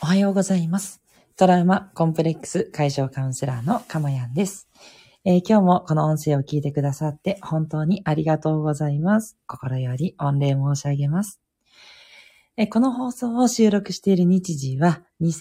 おはようございます。トラウマコンプレックス解消カウンセラーのかまやんです。今日もこの音声を聞いてくださって本当にありがとうございます。心より御礼申し上げます。この放送を収録している日時は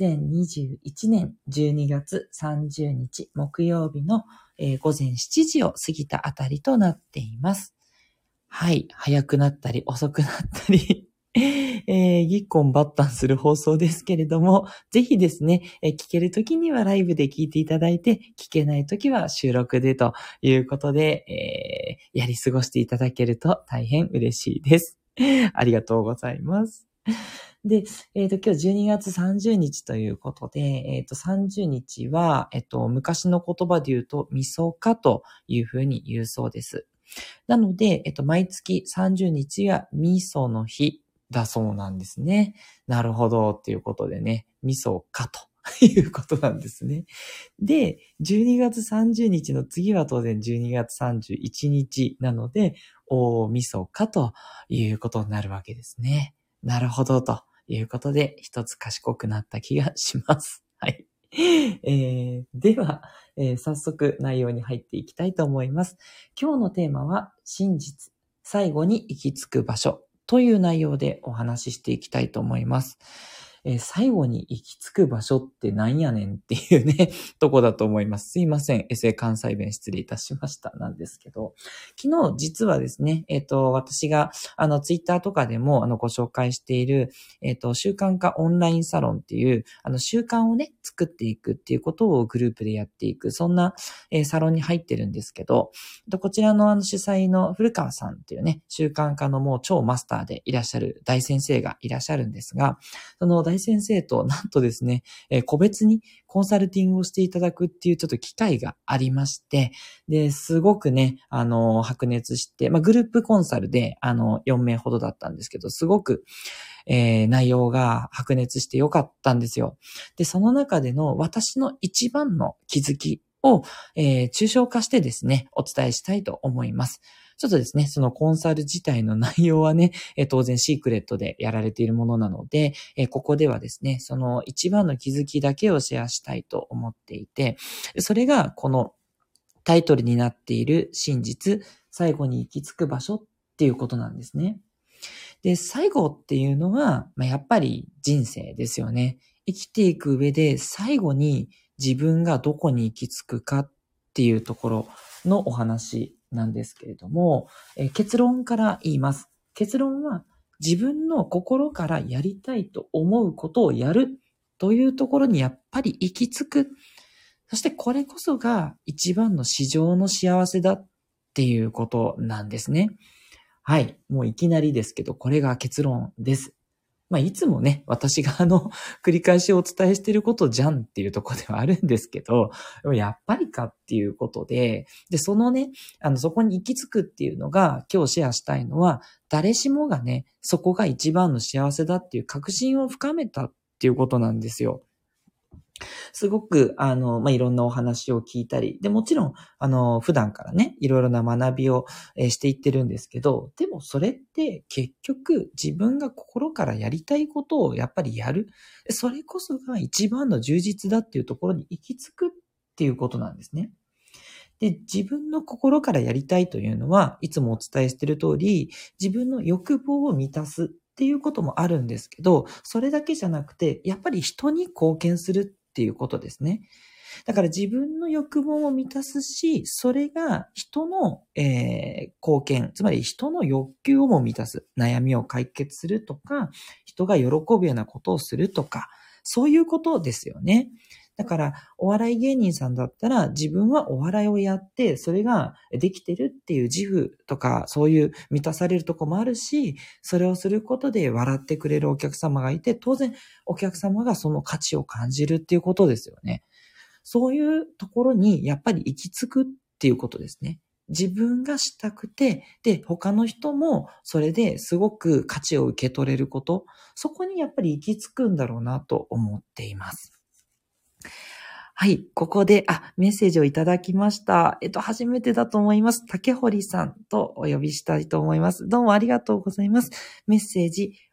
2021年12月30日木曜日の午前7時を過ぎたあたりとなっています。はい、早くなったり遅くなったりぎっこんばったんする放送ですけれども、ぜひですね、聞けるときにはライブで聞いていただいて、聞けないときは収録でということで、やり過ごしていただけると大変嬉しいです。ありがとうございます。で、今日12月30日ということで、30日は、昔の言葉で言うと、みそかというふうに言うそうです。なので、毎月30日は味噌の日だそうなんですね。なるほど、ということでね、味噌かということなんですね。で、12月30日の次は当然12月31日なので、大晦日ということになるわけですね。なるほど、ということで、一つ賢くなった気がします。はい。では、早速内容に入っていきたいと思います。今日のテーマは真実、最後に行き着く場所という内容でお話ししていきたいと思います。最後に行き着く場所ってなんやねんっていうね、とこだと思います。すいません。エセ関西弁失礼いたしました。なんですけど、昨日実はですね、私がツイッターとかでもご紹介している、習慣化オンラインサロンっていう、習慣をね、作っていくっていうことをグループでやっていく、そんな、サロンに入ってるんですけど、こちらの主催の古川さんっていうね、習慣化のもう超マスターでいらっしゃる大先生がいらっしゃるんですが、その大先生となんとですね、個別にコンサルティングをしていただくっていうちょっと機会がありまして、で、すごくね、白熱して、グループコンサルで、4名ほどだったんですけど、すごく、内容が白熱してよかったんですよ。で、その中での私の一番の気づきを、抽象化してですね、お伝えしたいと思います。ちょっとですね、そのコンサル自体の内容はね、当然シークレットでやられているものなので、ここではですね、その一番の気づきだけをシェアしたいと思っていて、それがこのタイトルになっている真実、最後に行き着く場所っていうことなんですね。で、最後っていうのは、やっぱり人生ですよね。生きていく上で最後に自分がどこに行き着くかっていうところのお話なんですけれども、結論から言います。結論は自分の心からやりたいと思うことをやるというところにやっぱり行き着く。そしてこれこそが一番の至上の幸せだっていうことなんですね。はい。もういきなりですけど、これが結論です。いつもね、私が繰り返しお伝えしていることじゃんっていうところではあるんですけど、やっぱりかっていうことで、そのね、そこに行き着くっていうのが、今日シェアしたいのは、誰しもがね、そこが一番の幸せだっていう確信を深めたっていうことなんですよ。すごく、いろんなお話を聞いたり、で、もちろん、普段からね、いろいろな学びをしていってるんですけど、でもそれって結局自分が心からやりたいことをやっぱりやる。それこそが一番の充実だっていうところに行き着くっていうことなんですね。で、自分の心からやりたいというのは、いつもお伝えしている通り、自分の欲望を満たすっていうこともあるんですけど、それだけじゃなくて、やっぱり人に貢献するっていうことですね。だから自分の欲望を満たすし、それが人の、貢献、つまり人の欲求をも満たす。悩みを解決するとか、人が喜ぶようなことをするとか、そういうことですよね。だから、お笑い芸人さんだったら、自分はお笑いをやって、それができてるっていう自負とか、そういう満たされるとこもあるし、それをすることで笑ってくれるお客様がいて、当然お客様がその価値を感じるっていうことですよね。そういうところにやっぱり行き着くっていうことですね。自分がしたくて、で、他の人もそれですごく価値を受け取れること、そこにやっぱり行き着くんだろうなと思っています。はい、ここで、メッセージをいただきました。初めてだと思います。竹堀さんとお呼びしたいと思います。どうもありがとうございます。メッセージ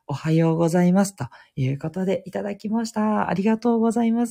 おはようございますということでいただきました。ありがとうございます。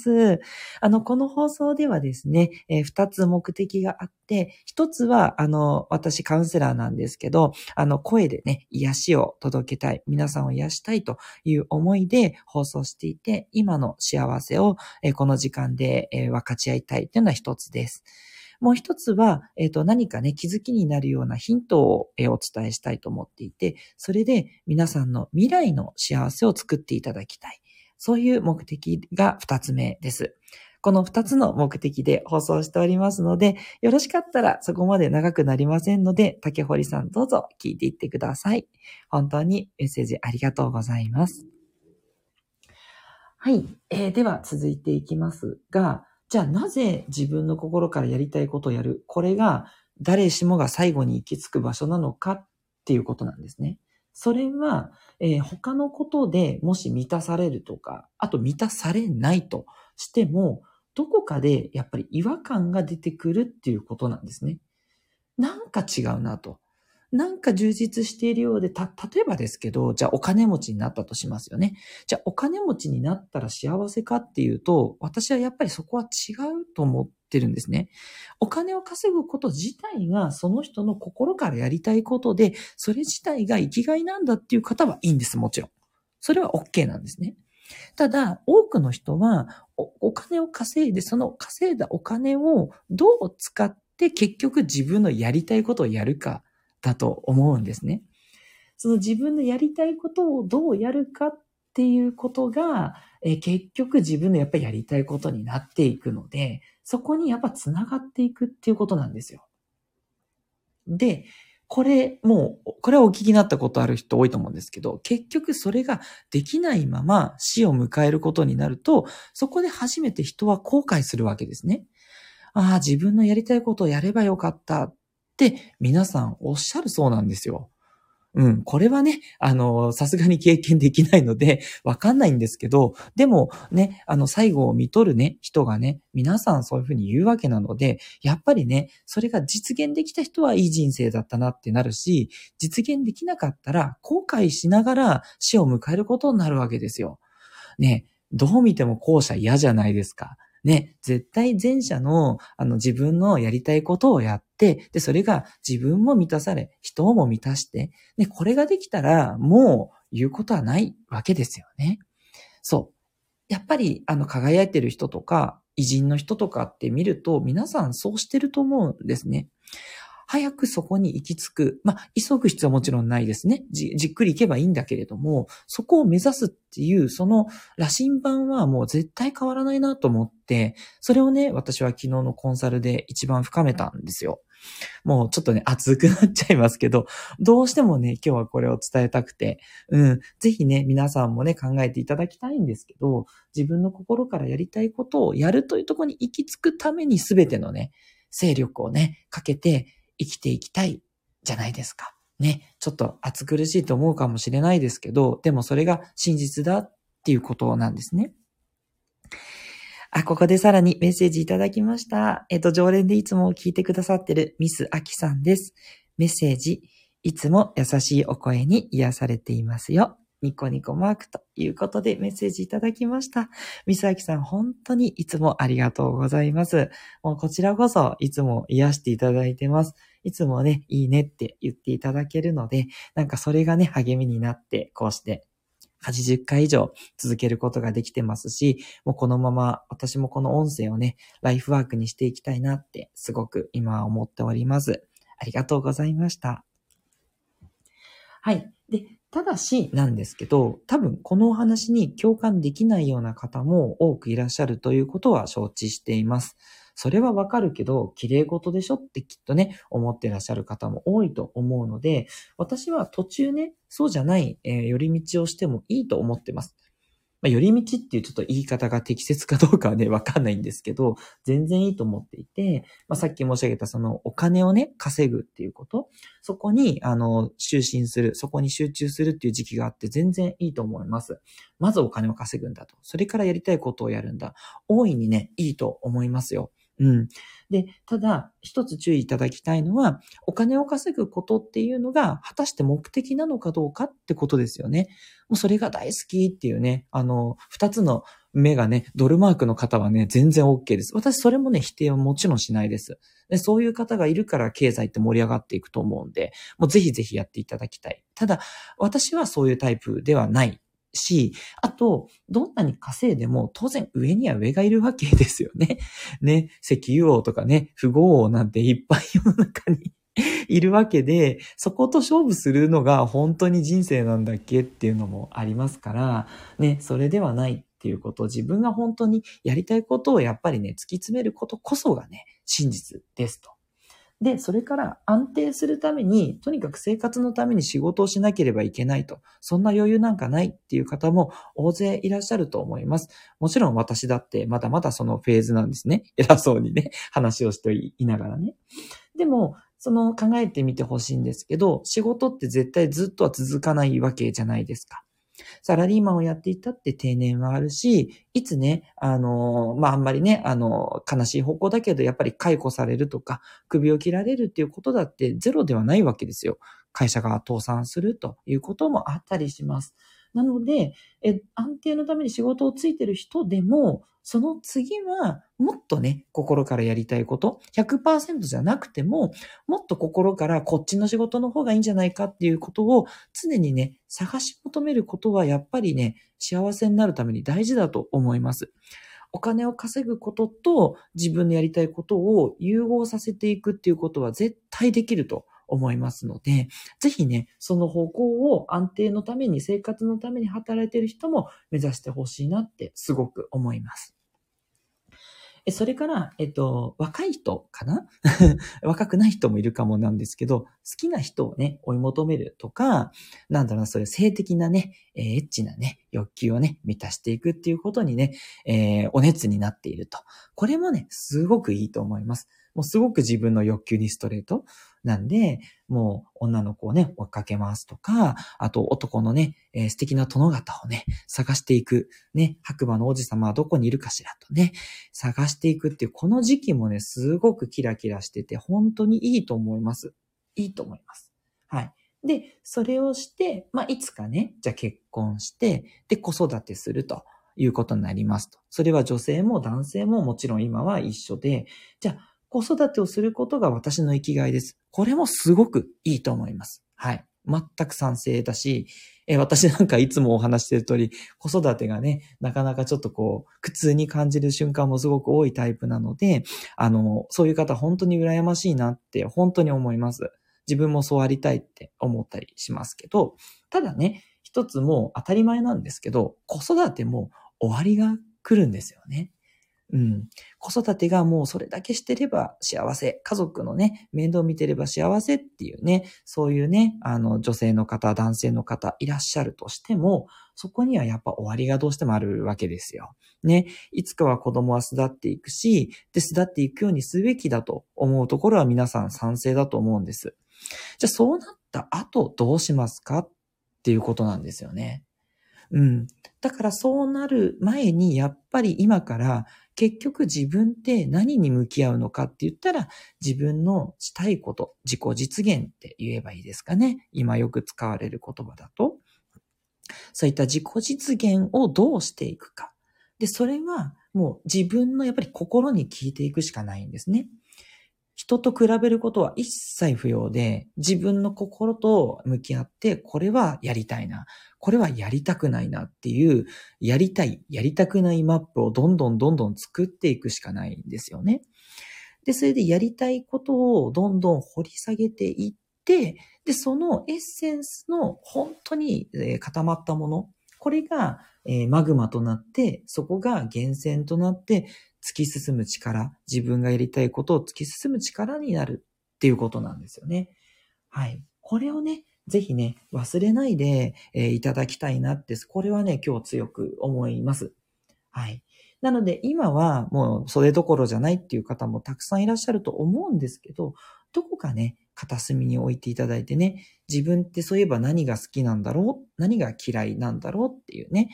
この放送ではですね、2つ目的があって、1つは、私カウンセラーなんですけど、声でね、癒しを届けたい、皆さんを癒したいという思いで放送していて、今の幸せを、この時間で、分かち合いたいというのは1つです。もう一つは、何かね、気づきになるようなヒントを、お伝えしたいと思っていて、それで皆さんの未来の幸せを作っていただきたい。そういう目的が二つ目です。この二つの目的で放送しておりますので、よろしかったらそこまで長くなりませんので、竹堀さんどうぞ聞いていってください。本当にメッセージありがとうございます。はい。では続いていきますが、じゃあなぜ自分の心からやりたいことをやる？これが誰しもが最後に行き着く場所なのかっていうことなんですね。それは、他のことでもし満たされるとか、あと満たされないとしても、どこかでやっぱり違和感が出てくるっていうことなんですね。なんか違うなと。なんか充実しているようで、例えばですけど、じゃあお金持ちになったとしますよね。じゃあお金持ちになったら幸せかっていうと、私はやっぱりそこは違うと思ってるんですね。お金を稼ぐこと自体がその人の心からやりたいことで、それ自体が生きがいなんだっていう方はいいんです、もちろん。それは OK なんですね。ただ、多くの人はお金を稼いで、その稼いだお金をどう使って結局自分のやりたいことをやるかだと思うんですね。その自分のやりたいことをどうやるかっていうことが、結局自分のやっぱりやりたいことになっていくので、そこにやっぱつながっていくっていうことなんですよ。で、これはお聞きになったことある人多いと思うんですけど、結局それができないまま死を迎えることになると、そこで初めて人は後悔するわけですね。ああ、自分のやりたいことをやればよかったって皆さんおっしゃるそうなんですよ。これはね、さすがに経験できないので、わかんないんですけど、でもね、最後を見とるね、人がね、皆さんそういうふうに言うわけなので、やっぱりね、それが実現できた人はいい人生だったなってなるし、実現できなかったら後悔しながら死を迎えることになるわけですよ。ね、どう見ても後者嫌じゃないですか。ね、絶対前者の、自分のやりたいことをやって、で、それが自分も満たされ、人をも満たして、ね、これができたら、もう言うことはないわけですよね。そう。やっぱり、輝いてる人とか、偉人の人とかって見ると、皆さんそうしてると思うんですね。早くそこに行き着く。急ぐ必要はもちろんないですね。じっくり行けばいいんだけれども、そこを目指すっていう、その羅針盤はもう絶対変わらないなと思って、それをね、私は昨日のコンサルで一番深めたんですよ。もうちょっとね、熱くなっちゃいますけど、どうしてもね、今日はこれを伝えたくて、ぜひね、皆さんもね、考えていただきたいんですけど、自分の心からやりたいことをやるというところに行き着くために全てのね、勢力をね、かけて生きていきたいじゃないですか。ね、ちょっと暑苦しいと思うかもしれないですけど、でもそれが真実だっていうことなんですね。ここでさらにメッセージいただきました。常連でいつも聞いてくださってるミスアキさんです。メッセージ、いつも優しいお声に癒されていますよ。ニコニコマークということでメッセージいただきました。ミスアキさん、本当にいつもありがとうございます。もうこちらこそいつも癒していただいてます。いつもね、いいねって言っていただけるので、なんかそれがね、励みになって、こうして80回以上続けることができてますし、もうこのまま私もこの音声をね、ライフワークにしていきたいなってすごく今は思っております。ありがとうございました。はい。で、ただしなんですけど、多分このお話に共感できないような方も多くいらっしゃるということは承知しています。それはわかるけど、綺麗事でしょってきっとね、思ってらっしゃる方も多いと思うので、私は途中ね、そうじゃない、寄り道をしてもいいと思ってます。寄り道っていうちょっと言い方が適切かどうかはね、わかんないんですけど、全然いいと思っていて、さっき申し上げたそのお金をね、稼ぐっていうこと、そこに、就寝する、そこに集中するっていう時期があって全然いいと思います。まずお金を稼ぐんだと。それからやりたいことをやるんだ。大いにね、いいと思いますよ。 うん。で、ただ、一つ注意いただきたいのは、お金を稼ぐことっていうのが、果たして目的なのかどうかってことですよね。もうそれが大好きっていうね、二つの目がね、ドルマークの方はね、全然 OK です。私、それもね、否定はもちろんしないです。で、そういう方がいるから経済って盛り上がっていくと思うんで、もうぜひぜひやっていただきたい。ただ、私はそういうタイプではないし、あと、どんなに稼いでも当然上には上がいるわけですよね。ね、石油王とかね、富豪王なんていっぱい世の中にいるわけで、そこと勝負するのが本当に人生なんだっけっていうのもありますから、ね、それではないっていうこと、自分が本当にやりたいことをやっぱりね、突き詰めることこそがね、真実ですと。で、それから安定するために、とにかく生活のために仕事をしなければいけないと。そんな余裕なんかないっていう方も大勢いらっしゃると思います。もちろん私だってまだまだそのフェーズなんですね。偉そうにね、話をしていながらね。でも、考えてみてほしいんですけど、仕事って絶対ずっとは続かないわけじゃないですか。サラリーマンをやっていたって定年はあるし、いつね、あんまりね、悲しい方向だけど、やっぱり解雇されるとか、首を切られるっていうことだってゼロではないわけですよ。会社が倒産するということもあったりします。なので、安定のために仕事をついてる人でも、その次は、もっとね、心からやりたいこと、100% じゃなくても、もっと心からこっちの仕事の方がいいんじゃないかっていうことを常にね、探し求めることはやっぱりね、幸せになるために大事だと思います。お金を稼ぐことと自分のやりたいことを融合させていくっていうことは絶対できると思いますので、ぜひね、その方向を安定のために、生活のために働いている人も目指してほしいなってすごく思います。それから、若い人かな若くない人もいるかもなんですけど、好きな人をね、追い求めるとか、なんだろうな、そういう性的なね、エッチなね、欲求をね、満たしていくっていうことにね、お熱になっていると。これもね、すごくいいと思います。もうすごく自分の欲求にストレートなんで、もう女の子をね、追っかけますとか、あと男のね、素敵な殿方をね、探していく。ね、白馬の王子様はどこにいるかしらとね、探していくっていう、この時期もね、すごくキラキラしてて、本当にいいと思います。いいと思います。はい。で、それをして、いつかね、じゃあ結婚して、で、子育てするということになりますと。それは女性も男性ももちろん今は一緒で、じゃあ、子育てをすることが私の生きがいです。これもすごくいいと思います。はい。全く賛成だし、私なんかいつもお話してる通り、子育てがね、なかなかちょっと苦痛に感じる瞬間もすごく多いタイプなので、そういう方本当に羨ましいなって本当に思います。自分もそうありたいって思ったりしますけど、ただね、一つもう当たり前なんですけど、子育ても終わりが来るんですよね。うん。子育てがもうそれだけしてれば幸せ。家族のね、面倒見てれば幸せっていうね、そういうね、女性の方、男性の方いらっしゃるとしても、そこにはやっぱ終わりがどうしてもあるわけですよ。ね。いつかは子供は巣立っていくし、で、巣立っていくようにすべきだと思うところは皆さん賛成だと思うんです。じゃあそうなった後どうしますかっていうことなんですよね。うん。だからそうなる前に、やっぱり今から結局自分って何に向き合うのかって言ったら、自分のしたいこと、自己実現って言えばいいですかね。今よく使われる言葉だと。そういった自己実現をどうしていくか。で、それはもう自分のやっぱり心に聞いていくしかないんですね。人と比べることは一切不要で、自分の心と向き合って、これはやりたいな、これはやりたくないなっていう、やりたい、やりたくないマップをどんどん作っていくしかないんですよね。で、それでやりたいことをどんどん掘り下げていって、で、そのエッセンスの本当に固まったもの、これがマグマとなって、そこが源泉となって突き進む力、自分がやりたいことを突き進む力になるっていうことなんですよね。はい。これをね、ぜひね、忘れないで、いただきたいなって、これはね、今日強く思います。はい。なので今はもうそれどころじゃないっていう方もたくさんいらっしゃると思うんですけど、どこかね、片隅に置いていただいてね、自分ってそういえば何が好きなんだろう、何が嫌いなんだろうっていうね、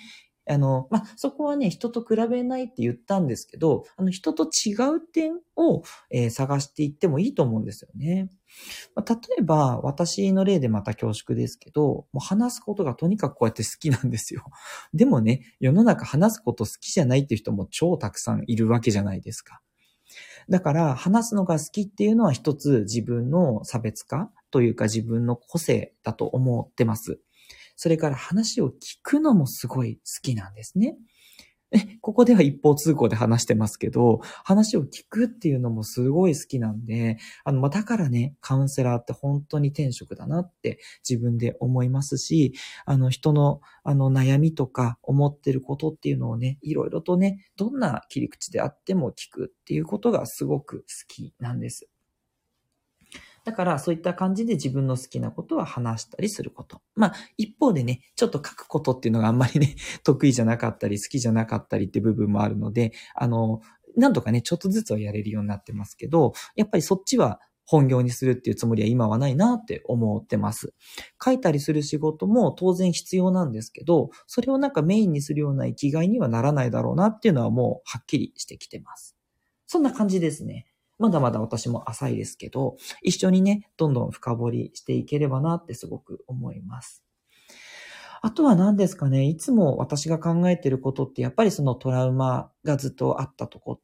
そこはね、人と比べないって言ったんですけど、人と違う点を、探していってもいいと思うんですよね。例えば、私の例でまた恐縮ですけど、もう話すことがとにかくこうやって好きなんですよ。でもね、世の中話すこと好きじゃないっていう人も超たくさんいるわけじゃないですか。だから話すのが好きっていうのは一つ自分の差別化というか自分の個性だと思ってます。それから話を聞くのもすごい好きなんですね。ここでは一方通行で話してますけど、話を聞くっていうのもすごい好きなんで、だからね、カウンセラーって本当に天職だなって自分で思いますし、人の、悩みとか思ってることっていうのをね、いろいろとね、どんな切り口であっても聞くっていうことがすごく好きなんです。だからそういった感じで自分の好きなことは話したりすること。一方でね、ちょっと書くことっていうのがあんまりね、得意じゃなかったり好きじゃなかったりって部分もあるので、なんとかね、ちょっとずつはやれるようになってますけど、やっぱりそっちは本業にするっていうつもりは今はないなって思ってます。書いたりする仕事も当然必要なんですけど、それをなんかメインにするような生きがいにはならないだろうなっていうのはもうはっきりしてきてます。そんな感じですね。まだまだ私も浅いですけど、一緒にね、どんどん深掘りしていければなってすごく思います。あとは何ですかね、いつも私が考えていることってやっぱりそのトラウマがずっとあったこと、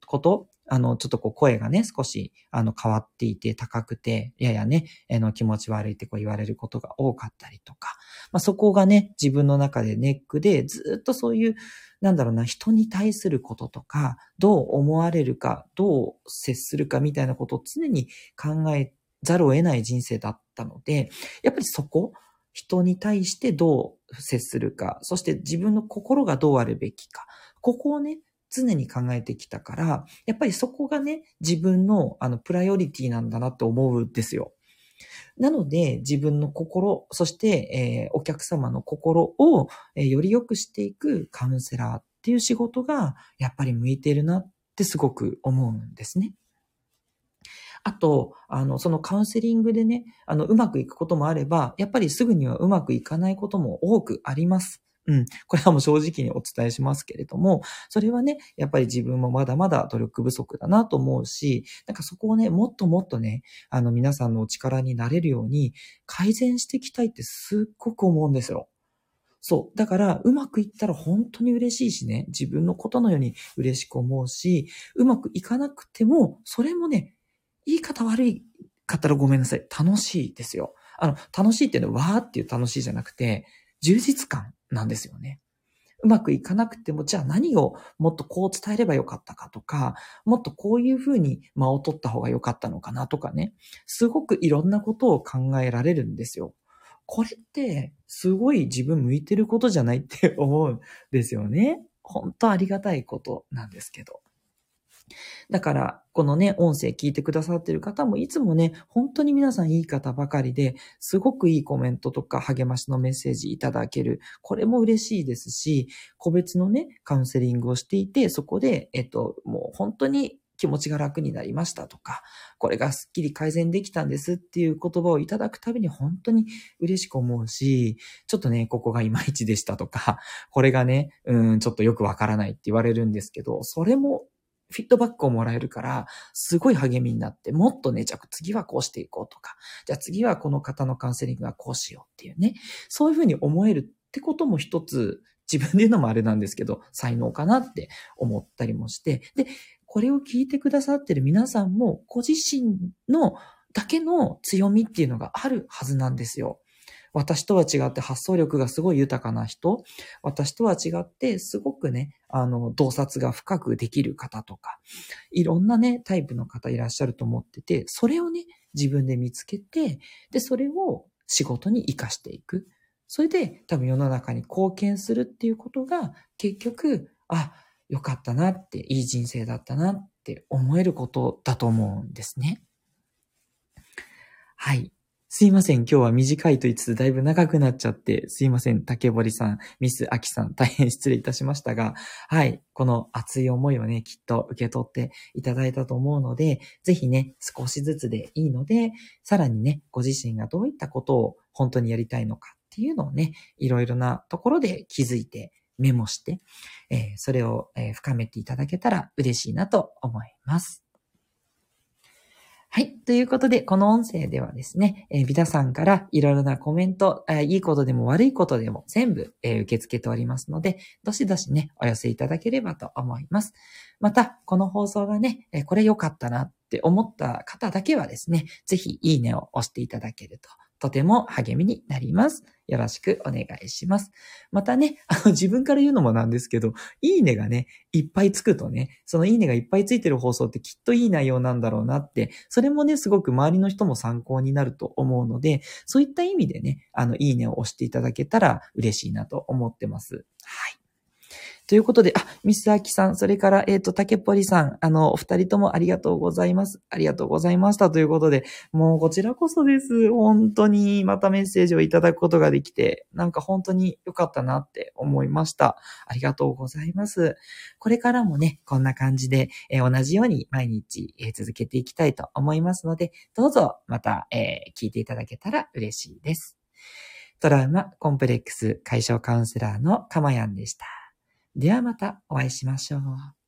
ちょっとこう声がね、少し変わっていて高くて、ややね、気持ち悪いってこう言われることが多かったりとか、そこがね、自分の中でネックでずっとそういう、人に対することとか、どう思われるか、どう接するかみたいなことを常に考えざるを得ない人生だったので、やっぱりそこ、人に対してどう接するか、そして自分の心がどうあるべきか、ここをね、常に考えてきたから、やっぱりそこがね、自分のプライオリティなんだなって思うんですよ。なので、自分の心、そして、お客様の心を、より良くしていくカウンセラーっていう仕事が、やっぱり向いているなってすごく思うんですね。あと、そのカウンセリングでね、うまくいくこともあれば、やっぱりすぐにはうまくいかないことも多くあります。これはもう正直にお伝えしますけれども、それはね、やっぱり自分もまだまだ努力不足だなと思うし、なんかそこをね、もっともっとね、皆さんのお力になれるように改善していきたいってすっごく思うんですよ。そう。だから、うまくいったら本当に嬉しいしね、自分のことのように嬉しく思うし、うまくいかなくても、それもね、言い方悪いかったらごめんなさい。楽しいですよ。楽しいっていうのは、わーっていう楽しいじゃなくて、充実感なんですよね。うまくいかなくても、じゃあ何をもっとこう伝えればよかったかとか、もっとこういうふうに間を取った方がよかったのかなとかね。すごくいろんなことを考えられるんですよ。これって、すごい自分向いてることじゃないって思うんですよね。本当ありがたいことなんですけど。だから、このね、音声聞いてくださってる方もいつもね、本当に皆さんいい方ばかりで、すごくいいコメントとか励ましのメッセージいただける。これも嬉しいですし、個別のね、カウンセリングをしていて、そこで、もう本当に気持ちが楽になりましたとか、これがスッキリ改善できたんですっていう言葉をいただくたびに本当に嬉しく思うし、ちょっとね、ここがいまいちでしたとか、これがね、ちょっとよくわからないって言われるんですけど、それもフィッドバックをもらえるから、すごい励みになって、もっとね、じゃあ次はこうしていこうとか、じゃあ次はこの方のカウンセリングはこうしようっていうね、そういうふうに思えるってことも一つ、自分で言うのもあれなんですけど、才能かなって思ったりもして、で、これを聞いてくださってる皆さんも、ご自身のだけの強みっていうのがあるはずなんですよ。私とは違って発想力がすごい豊かな人、私とは違ってすごくね、洞察が深くできる方とか、いろんなね、タイプの方いらっしゃると思ってて、それをね、自分で見つけて、で、それを仕事に活かしていく。それで多分世の中に貢献するっていうことが、結局、よかったなって、いい人生だったなって思えることだと思うんですね。はい。すいません。今日は短いと言いつつだいぶ長くなっちゃって、すいません。竹堀さん、ミス・アキさん、大変失礼いたしましたが、はい。この熱い思いをね、きっと受け取っていただいたと思うので、ぜひね、少しずつでいいので、さらにね、ご自身がどういったことを本当にやりたいのかっていうのをね、いろいろなところで気づいてメモして、それを、深めていただけたら嬉しいなと思います。はい。ということで、この音声ではですね、皆さんからいろいろなコメント、いいことでも悪いことでも全部、受け付けておりますので、どしどしね、お寄せいただければと思います。また、この放送がね、これ良かったなって思った方だけはですね、ぜひいいねを押していただけると、とても励みになります。よろしくお願いします。またね、自分から言うのもなんですけど、いいねがね、いっぱいつくとね、そのいいねがいっぱいついてる放送ってきっといい内容なんだろうなって、それもね、すごく周りの人も参考になると思うので、そういった意味でね、いいねを押していただけたら嬉しいなと思ってます。はい。ということで、ミスアキさん、それから、竹ポリさん、お二人ともありがとうございます。ありがとうございましたということで、もうこちらこそです。本当にまたメッセージをいただくことができて、なんか本当に良かったなって思いました。ありがとうございます。これからもね、こんな感じで、同じように毎日、続けていきたいと思いますので、どうぞまた、聞いていただけたら嬉しいです。トラウマコンプレックス解消カウンセラーのかまやんでした。ではまたお会いしましょう。